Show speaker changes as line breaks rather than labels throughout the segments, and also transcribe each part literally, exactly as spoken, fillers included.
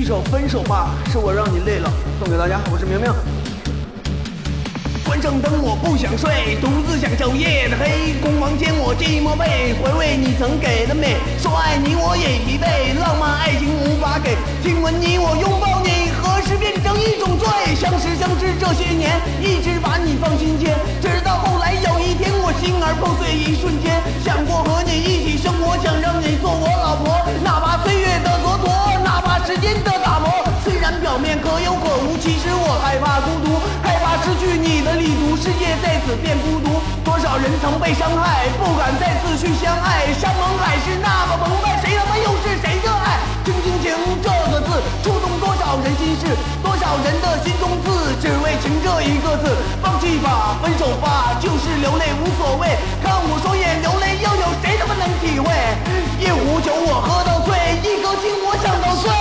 首《分手吧》是我让你累了，送给大家，我是明明。关上灯，我不想睡，独自享受夜的黑。空房间，我寂寞背，回味你曾给的美。说爱你，我也疲惫，浪漫爱情无法给。亲吻你，我拥抱你，何时变成一种罪？相识相知这些年，一直把你放心间，直到后来有一天，我心儿破碎一瞬间，想过和你一起生活，想让你做我老婆，哪怕岁月的蹉跎，哪怕时间的打磨。虽然表面可有可无，其实我害怕孤独，害怕失去你的力度，世界在此变孤独。多少人曾被伤害，不敢再次去相爱，山盟海誓那么澎湃，谁他妈又是谁的爱？情情情这个字，触动多少人心事，多少人的心中刺，只为情这一个字。放弃吧，分手吧，就是流泪无所谓，看我双眼流泪，又有谁他妈能体会？一壶酒我喝到醉，一颗心我想到碎。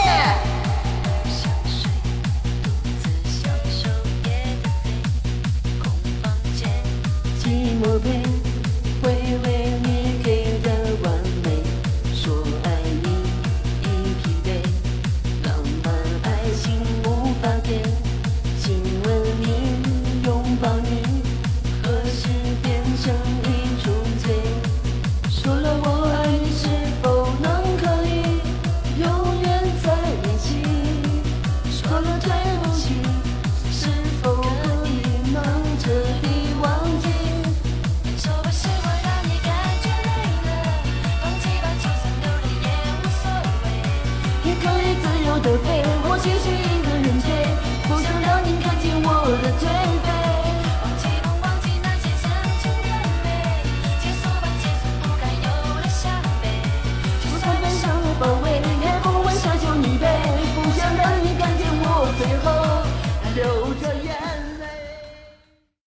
寂寞背，回味你给的完美，说爱你已疲惫，浪漫爱情无法给，亲吻你，拥抱你，何时变成一种罪？说了我爱你，是否能可以永远在一起？说了对不起，是否可以能彻底忘记？说吧，是我让你感觉累了，放弃吧，就算流泪也无所谓，也可以自由的飞，我继续一个人追，不想让你看见我的颓废。